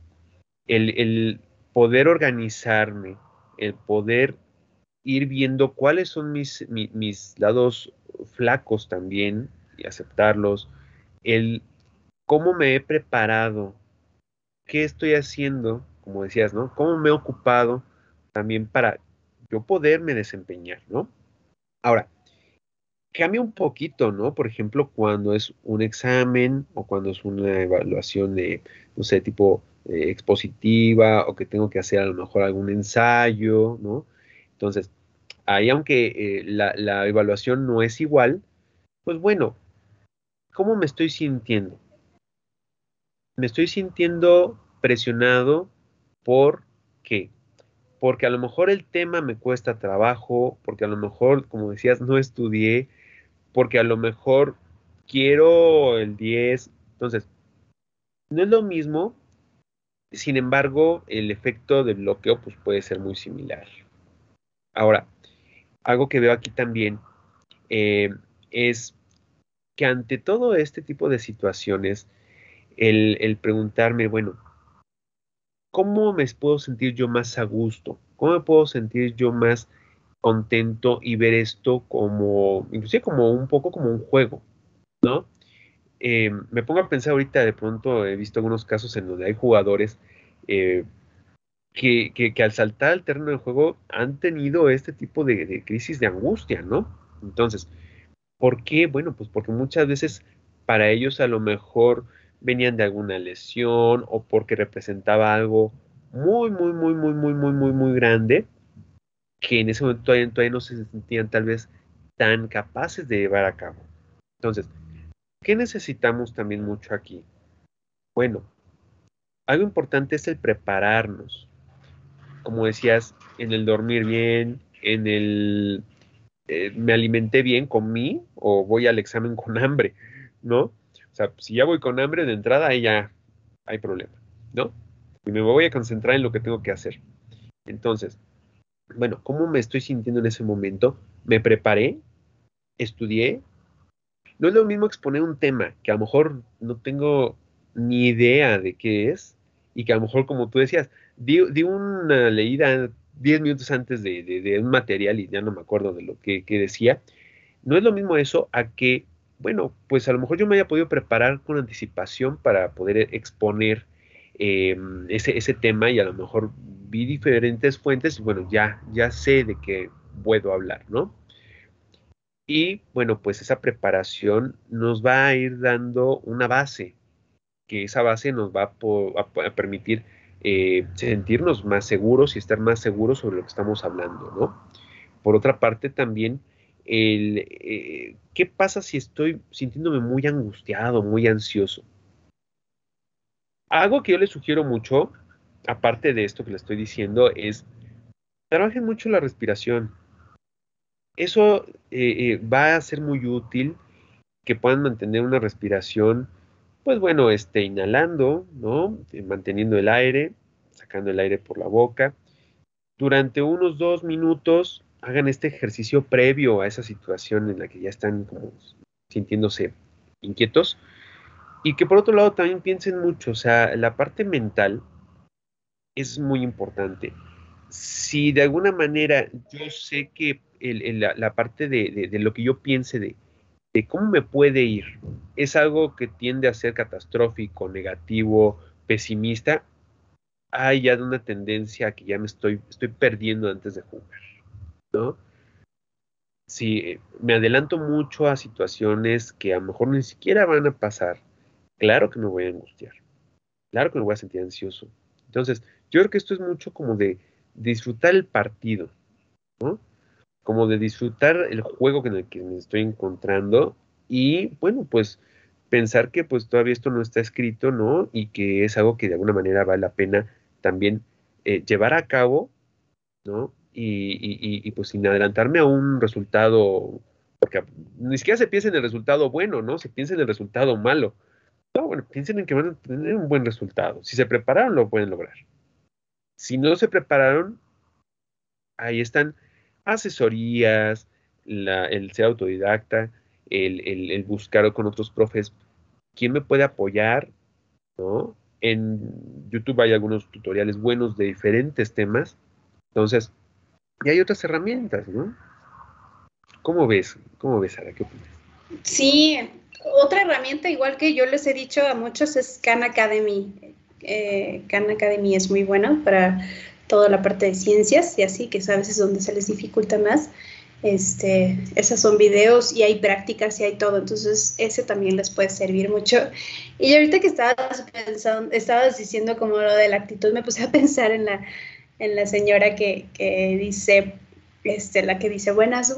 [SPEAKER 5] el poder organizarme, el poder ir viendo cuáles son mis lados flacos también y aceptarlos, el cómo me he preparado, qué estoy haciendo, como decías, ¿no? Cómo me he ocupado también para yo poderme desempeñar, ¿no? Ahora, cambia un poquito, ¿no? Por ejemplo, cuando es un examen o cuando es una evaluación de, no sé, tipo expositiva o que tengo que hacer a lo mejor algún ensayo, ¿no? Entonces, ahí aunque la evaluación no es igual, pues bueno, ¿cómo me estoy sintiendo? Me estoy sintiendo presionado. ¿Por qué? Porque a lo mejor el tema me cuesta trabajo, porque a lo mejor, como decías, no estudié, porque a lo mejor quiero el 10. Entonces, no es lo mismo, sin embargo, el efecto de bloqueo pues, puede ser muy similar. Ahora, algo que veo aquí también es que ante todo este tipo de situaciones, el preguntarme, bueno, ¿cómo me puedo sentir yo más a gusto? ¿Cómo me puedo sentir yo más contento y ver esto como, inclusive como un poco como un juego, ¿no? Me pongo a pensar ahorita, de pronto he visto algunos casos en donde hay jugadores eh, que al saltar al terreno del juego han tenido este tipo de crisis de angustia, ¿no? Entonces, ¿por qué? Bueno, pues porque muchas veces para ellos a lo mejor venían de alguna lesión o porque representaba algo muy grande que en ese momento todavía no se sentían tal vez tan capaces de llevar a cabo. Entonces, ¿qué necesitamos también mucho aquí? Bueno, algo importante es el prepararnos. Como decías, en el dormir bien, en el me alimenté bien, comí o voy al examen con hambre, ¿no? O sea, si ya voy con hambre de entrada, ahí ya hay problema, ¿no? Y me voy a concentrar en lo que tengo que hacer. Entonces, bueno, ¿cómo me estoy sintiendo en ese momento? Me preparé, estudié. No es lo mismo exponer un tema que a lo mejor no tengo ni idea de qué es y que a lo mejor, como tú decías, di una leída 10 minutos antes de un material y ya no me acuerdo de lo que decía. No es lo mismo eso a que, bueno, pues a lo mejor yo me haya podido preparar con anticipación para poder exponer ese tema y a lo mejor vi diferentes fuentes y bueno, ya sé de qué puedo hablar, ¿no? Y bueno, pues esa preparación nos va a ir dando una base, que esa base nos va a permitir sentirnos más seguros y estar más seguros sobre lo que estamos hablando, ¿no? Por otra parte, también, ¿qué pasa si estoy sintiéndome muy angustiado, muy ansioso? Algo que yo les sugiero mucho, aparte de esto que les estoy diciendo, es trabajen mucho la respiración. Eso va a ser muy útil que puedan mantener una respiración, pues bueno, inhalando, ¿no? Manteniendo el aire, sacando el aire por la boca. Durante unos 2 minutos hagan este ejercicio previo a esa situación en la que ya están como sintiéndose inquietos. Y que por otro lado también piensen mucho, o sea, la parte mental es muy importante. Si de alguna manera yo sé que la parte de lo que yo piense de cómo me puede ir es algo que tiende a ser catastrófico, negativo, pesimista, hay ya de una tendencia a que ya estoy perdiendo antes de jugar, ¿no? Si me adelanto mucho a situaciones que a lo mejor ni siquiera van a pasar, claro que me voy a angustiar, claro que me voy a sentir ansioso. Entonces, yo creo que esto es mucho como de disfrutar el partido, ¿no? Como de disfrutar el juego en el que me estoy encontrando y, bueno, pues pensar que pues todavía esto no está escrito, ¿no? Y que es algo que de alguna manera vale la pena también llevar a cabo, ¿no? Y pues sin adelantarme a un resultado, porque ni siquiera se piensa en el resultado bueno, ¿no? Se piensa en el resultado malo. No, bueno, piensen en que van a tener un buen resultado. Si se prepararon, lo pueden lograr. Si no se prepararon, ahí están asesorías, el ser autodidacta, el buscar con otros profes quién me puede apoyar, ¿no? En YouTube hay algunos tutoriales buenos de diferentes temas. Entonces, y hay otras herramientas, ¿no? ¿Cómo ves? ¿Cómo ves, Sara? ¿Qué opinas?
[SPEAKER 6] Sí, otra herramienta, igual que yo les he dicho a muchos, es Khan Academy. Khan Academy es muy bueno para toda la parte de ciencias y así, que es a veces donde se les dificulta más. Esos son videos y hay prácticas y hay todo, entonces ese también les puede servir mucho. Y ahorita que estabas diciendo como lo de la actitud, me puse a pensar en la señora que dice, la que dice buenas,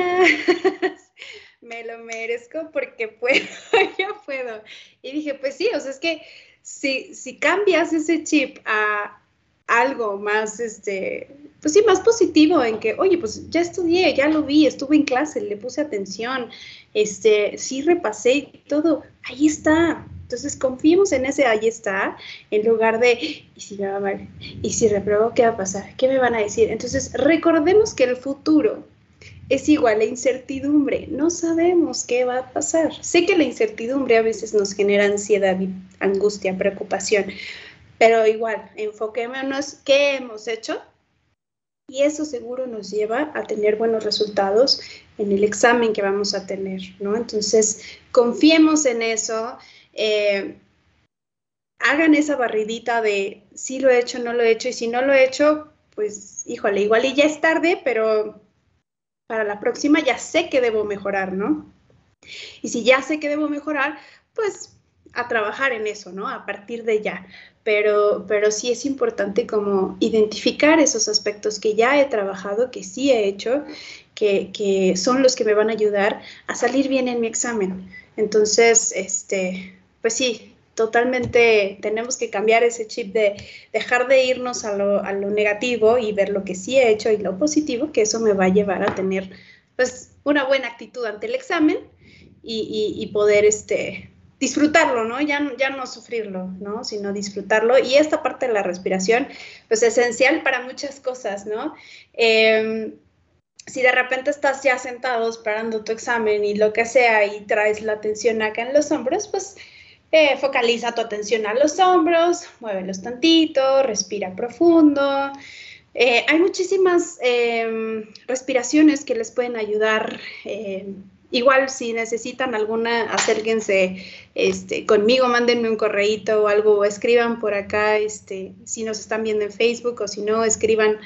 [SPEAKER 6] me lo merezco porque puedo, yo puedo. Y dije, pues sí, o sea, es que si cambias ese chip a algo más, pues sí, más positivo en que, oye, pues ya estudié, ya lo vi, estuve en clase, le puse atención, sí repasé y todo, ahí está. Entonces confiemos en ese ahí está, en lugar de, ¿y si me va mal? ¿Y si repruebo? ¿Qué va a pasar? ¿Qué me van a decir? Entonces recordemos que el futuro es igual a incertidumbre. No sabemos qué va a pasar. Sé que la incertidumbre a veces nos genera ansiedad, angustia, preocupación, pero igual, enfoquémonos qué hemos hecho y eso seguro nos lleva a tener buenos resultados en el examen que vamos a tener, ¿no? Entonces, confiemos en eso. Hagan esa barridita de si lo he hecho, no lo he hecho, y si no lo he hecho, pues híjole, igual y ya es tarde, pero para la próxima ya sé que debo mejorar, ¿no? Y si ya sé que debo mejorar, pues a trabajar en eso, ¿no? A partir de ya. Pero sí es importante como identificar esos aspectos que ya he trabajado, que sí he hecho, que son los que me van a ayudar a salir bien en mi examen. Entonces, pues sí, totalmente tenemos que cambiar ese chip de dejar de irnos a lo negativo y ver lo que sí he hecho y lo positivo, que eso me va a llevar a tener pues una buena actitud ante el examen y poder disfrutarlo, ¿no? Ya no sufrirlo, ¿no? Sino disfrutarlo. Y esta parte de la respiración, pues esencial para muchas cosas, ¿no? Si de repente estás ya sentado esperando tu examen y lo que sea y traes la atención acá en los hombros, pues focaliza tu atención a los hombros, muévelos tantito, respira profundo. Hay muchísimas respiraciones que les pueden ayudar. Igual si necesitan alguna, acérquense conmigo, mándenme un correíto o algo, o escriban por acá, si nos están viendo en Facebook, o si no, escriban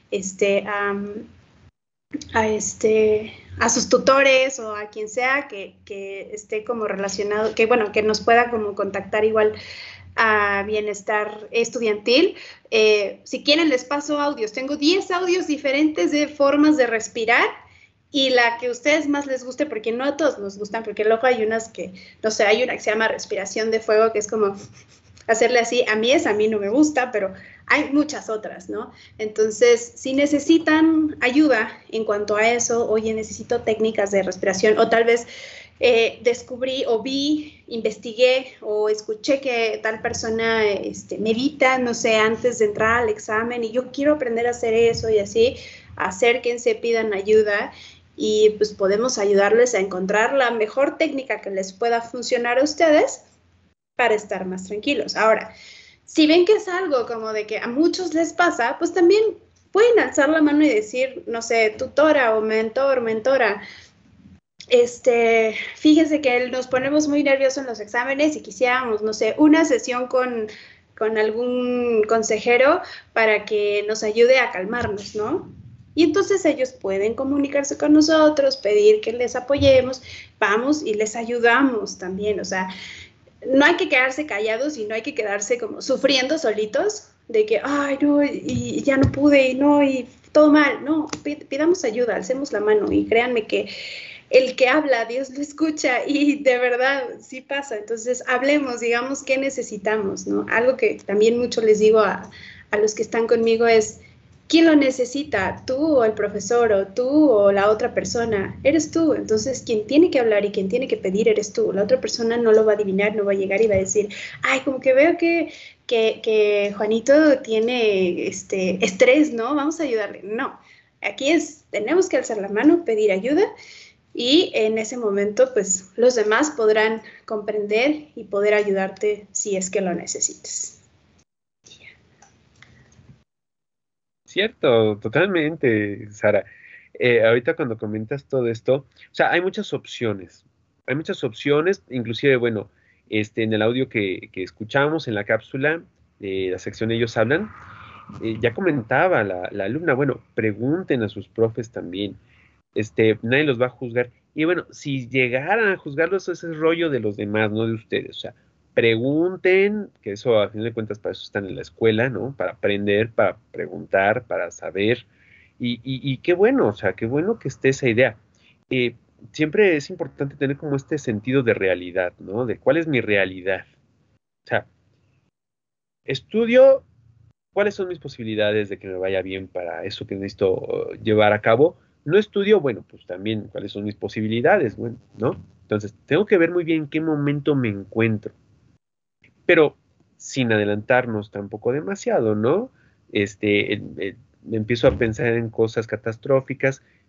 [SPEAKER 6] a sus tutores o a quien sea que esté como relacionado, que bueno, que nos pueda como contactar igual a bienestar estudiantil. Si quieren les paso audios. Tengo 10 audios diferentes de formas de respirar y la que a ustedes más les guste, porque no a todos nos gustan, porque luego hay unas que, no sé, hay una que se llama respiración de fuego, que es como hacerle así. A mí no me gusta, pero hay muchas otras, ¿no? Entonces, si necesitan ayuda en cuanto a eso, oye, necesito técnicas de respiración, o tal vez descubrí o vi, investigué o escuché que tal persona medita, no sé, antes de entrar al examen y yo quiero aprender a hacer eso y así, acérquense, pidan ayuda y pues podemos ayudarles a encontrar la mejor técnica que les pueda funcionar a ustedes para estar más tranquilos. Ahora, si ven que es algo como de que a muchos les pasa, pues también pueden alzar la mano y decir, no sé, tutora o mentor, mentora, fíjese que nos ponemos muy nerviosos en los exámenes y quisiéramos, no sé, una sesión con algún consejero para que nos ayude a calmarnos, ¿no? Y entonces ellos pueden comunicarse con nosotros, pedir que les apoyemos, vamos y les ayudamos también, o sea, no hay que quedarse callados y no hay que quedarse como sufriendo solitos de que, ay, no, y ya no pude, y no, y todo mal. No, pidamos ayuda, alcemos la mano y créanme que el que habla, Dios lo escucha y de verdad sí pasa. Entonces, hablemos, digamos qué necesitamos, ¿no? Algo que también mucho les digo a los que están conmigo es, ¿quién lo necesita? ¿Tú o el profesor o tú o la otra persona? Eres tú. Entonces, quien tiene que hablar y quien tiene que pedir eres tú. La otra persona no lo va a adivinar, no va a llegar y va a decir, ay, como que veo que Juanito tiene estrés, ¿no? Vamos a ayudarle. No, aquí tenemos que alzar la mano, pedir ayuda y en ese momento, pues, los demás podrán comprender y poder ayudarte si es que lo necesites.
[SPEAKER 5] Cierto, totalmente, Sara. Ahorita cuando comentas todo esto, o sea, hay muchas opciones, inclusive, bueno, en el audio que escuchamos en la cápsula, la sección Ellos Hablan, ya comentaba la alumna, bueno, pregunten a sus profes también, nadie los va a juzgar, y bueno, si llegaran a juzgarlos, ese es rollo de los demás, no de ustedes, o sea, pregunten, que eso a fin de cuentas para eso están en la escuela, ¿no? Para aprender, para preguntar, para saber. Y qué bueno, o sea, qué bueno que esté esa idea. Eh, Siempre es importante tener como este sentido de realidad, ¿no? De cuál es mi realidad. O sea, estudio cuáles son mis posibilidades de que me vaya bien para eso que necesito llevar a cabo. No estudio, bueno, pues también cuáles son mis posibilidades, bueno, ¿no? Entonces, tengo que ver muy bien en qué momento me encuentro. Pero sin adelantarnos tampoco demasiado, ¿no? Me empiezo a pensar en cosas catastróficas,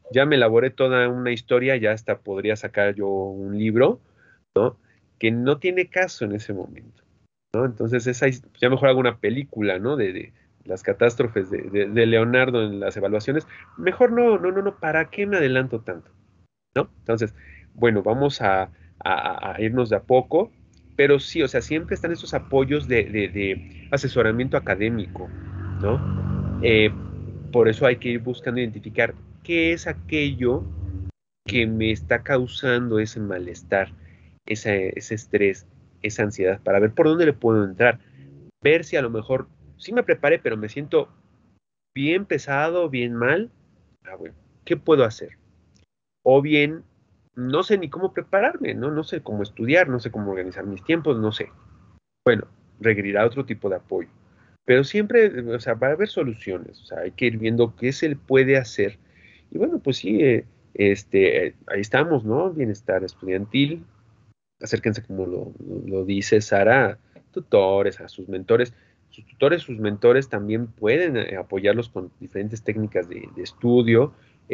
[SPEAKER 5] ya me elaboré toda una historia, ya hasta podría sacar yo un libro, ¿no? Que no tiene caso en ese momento, ¿no? Entonces ya mejor hago una película, ¿no? De las catástrofes de Leonardo en las evaluaciones. Mejor no, ¿para qué me adelanto tanto? ¿No? Entonces, bueno, vamos a irnos de a poco, pero sí, o sea, siempre están esos apoyos de asesoramiento académico, ¿no? Por eso hay que ir buscando identificar qué es aquello que me está causando ese malestar, ese estrés, esa ansiedad, para ver por dónde le puedo entrar, ver si a lo mejor sí me preparé, pero me siento bien pesado, bien mal. Bueno, ¿qué puedo hacer? O bien, no sé ni cómo prepararme, ¿no? No sé cómo estudiar, no sé cómo organizar mis tiempos, no sé. Bueno, requerirá otro tipo de apoyo. Pero siempre, o sea, va a haber soluciones, o sea, hay que ir viendo qué se le puede hacer. Y bueno, pues sí, ahí estamos, ¿no? Bienestar estudiantil, acérquense, como lo dice Sara, a tutores, a sus mentores. Sus tutores, sus mentores también pueden apoyarlos con diferentes técnicas de estudio,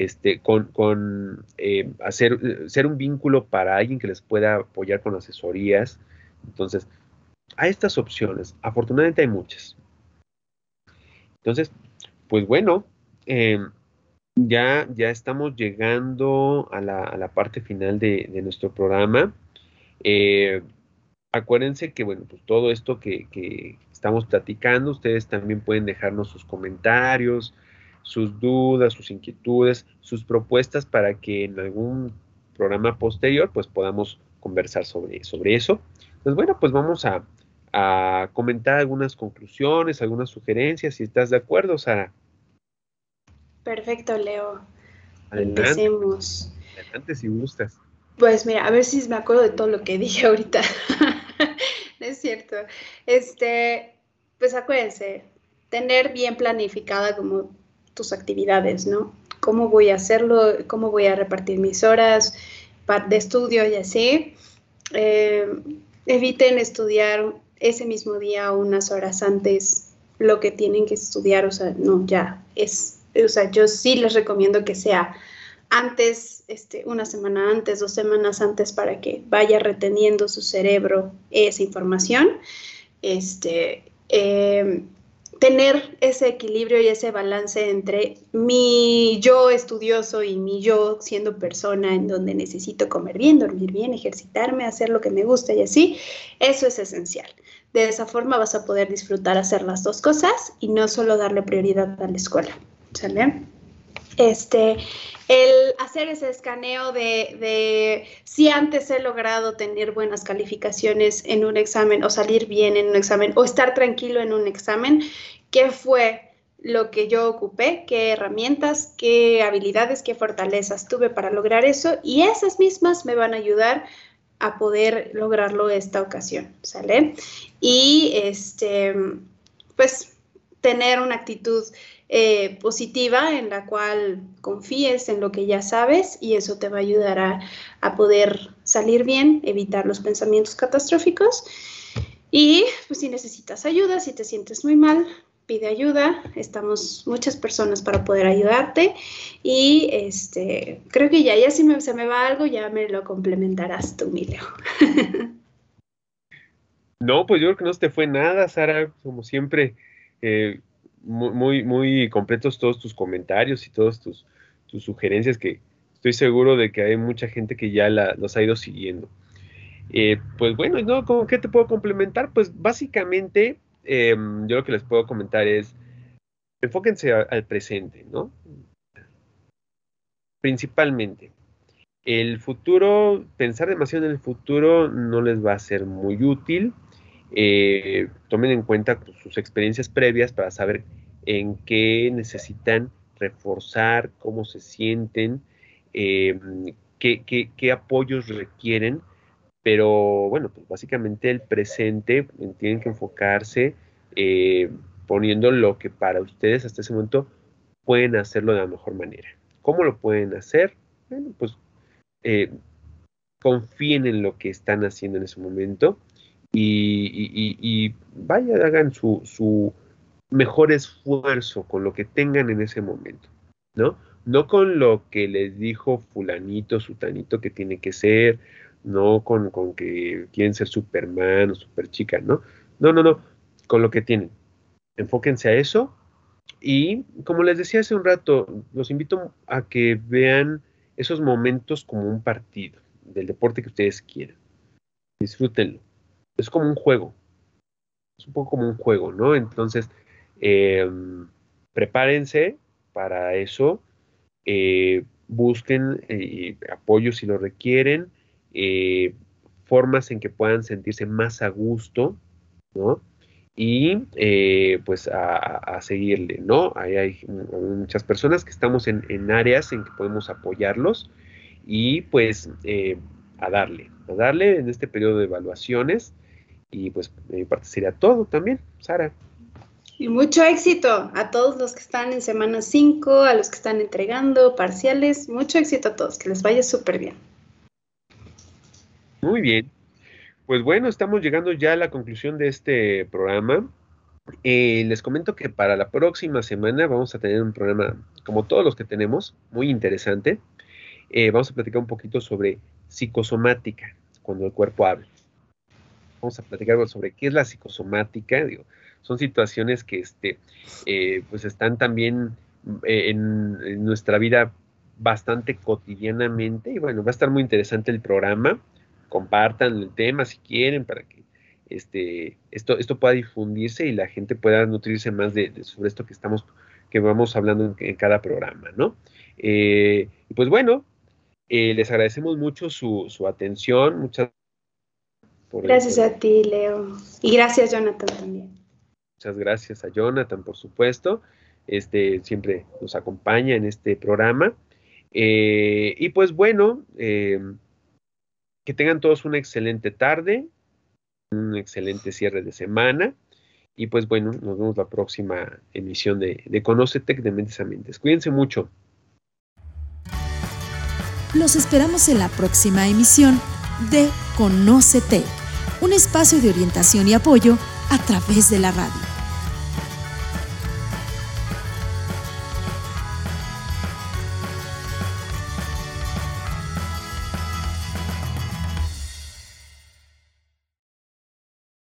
[SPEAKER 5] ser un vínculo para alguien que les pueda apoyar con asesorías. Entonces, hay estas opciones. Afortunadamente hay muchas. Entonces, pues bueno, eh, ya estamos llegando a la parte final de nuestro programa. Eh, Acuérdense que, bueno, pues todo esto que estamos platicando, ustedes también pueden dejarnos sus comentarios, sus dudas, sus inquietudes, sus propuestas para que en algún programa posterior pues podamos conversar sobre eso. Pues bueno, pues vamos a comentar algunas conclusiones, algunas sugerencias, si estás de acuerdo, Sara.
[SPEAKER 6] Perfecto, Leo.
[SPEAKER 5] Adelante,
[SPEAKER 6] Empecemos.
[SPEAKER 5] adelante si gustas.
[SPEAKER 6] Pues mira, a ver si me acuerdo de todo lo que dije ahorita. No es cierto. Pues acuérdense, tener bien planificada como tus actividades, ¿no? ¿Cómo voy a hacerlo? ¿Cómo voy a repartir mis horas de estudio y así? Eh, Eviten estudiar ese mismo día o unas horas antes lo que tienen que estudiar, o sea, no, o sea, yo sí les recomiendo que sea antes, una semana antes, 2 semanas antes, para que vaya reteniendo su cerebro esa información. Este, eh, Tener ese equilibrio y ese balance entre mi yo estudioso y mi yo siendo persona en donde necesito comer bien, dormir bien, ejercitarme, hacer lo que me gusta y así, eso es esencial. De esa forma vas a poder disfrutar hacer las dos cosas y no solo darle prioridad a la escuela. ¿Sale? El hacer ese escaneo de si antes he logrado tener buenas calificaciones en un examen o salir bien en un examen o estar tranquilo en un examen, qué fue lo que yo ocupé, qué herramientas, qué habilidades, qué fortalezas tuve para lograr eso, y esas mismas me van a ayudar a poder lograrlo esta ocasión, ¿sale? Y pues tener una actitud positiva en la cual confíes en lo que ya sabes, y eso te va a ayudar a poder salir bien, evitar los pensamientos catastróficos. Y pues si necesitas ayuda, si te sientes muy mal, pide ayuda. Estamos muchas personas para poder ayudarte. Y creo que ya si se me va algo, ya me lo complementarás tú, mi Leo.
[SPEAKER 5] No, pues yo creo que no se te fue nada, Sara, como siempre, muy completos todos tus comentarios y todas tus sugerencias, que estoy seguro de que hay mucha gente que ya los ha ido siguiendo. Pues bueno, ¿no? ¿Cómo qué te puedo complementar? Pues básicamente, yo lo que les puedo comentar es, enfóquense al presente, ¿no? Principalmente. El futuro, pensar demasiado en el futuro no les va a ser muy útil. Tomen en cuenta pues, sus experiencias previas para saber en qué necesitan reforzar, cómo se sienten, eh, qué apoyos requieren, pero bueno, pues básicamente el presente tienen que enfocarse poniendo lo que para ustedes hasta ese momento pueden hacerlo de la mejor manera. ¿Cómo lo pueden hacer? Bueno, pues eh, confíen en lo que están haciendo en ese momento y vaya, hagan su mejor esfuerzo con lo que tengan en ese momento, ¿no? no con lo que les dijo fulanito, sutanito que tiene que ser, no con que quieren ser Superman o Superchica, ¿no? No, con lo que tienen. Enfóquense a eso y, como les decía hace un rato, los invito a que vean esos momentos como un partido del deporte que ustedes quieran. Disfrútenlo. Es como un juego. Es un poco como un juego, ¿no? Entonces, prepárense para eso. Busquen apoyo si lo requieren, formas en que puedan sentirse más a gusto, ¿no? Y pues a seguirle, ¿no? Ahí hay muchas personas que estamos en áreas en que podemos apoyarlos y pues a darle en este periodo de evaluaciones y pues de mi parte sería todo también, Sara.
[SPEAKER 6] Y mucho éxito a todos los que están en semana 5, a los que están entregando parciales, mucho éxito a todos, que les vaya súper bien.
[SPEAKER 5] Muy bien. Pues bueno, estamos llegando ya a la conclusión de este programa. Les comento que para la próxima semana vamos a tener un programa, como todos los que tenemos, muy interesante. Vamos a platicar un poquito sobre psicosomática, cuando el cuerpo habla. Vamos a platicar sobre qué es la psicosomática. Son situaciones que pues están también en nuestra vida bastante cotidianamente. Y bueno, va a estar muy interesante el programa. Compartan el tema si quieren para que esto pueda difundirse y la gente pueda nutrirse más sobre esto que vamos hablando en cada programa, ¿no? Y pues bueno, les agradecemos mucho su atención.
[SPEAKER 6] Gracias a ti, Leo. Y gracias, Jonathan, también.
[SPEAKER 5] Muchas gracias a Jonathan, por supuesto. Siempre nos acompaña en este programa. Y pues bueno, que tengan todos una excelente tarde, un excelente cierre de semana. Y pues bueno, nos vemos la próxima emisión de Conócete de Mentes a Mentes. Cuídense mucho.
[SPEAKER 4] Los esperamos en la próxima emisión de Conócete, un espacio de orientación y apoyo a través de la radio.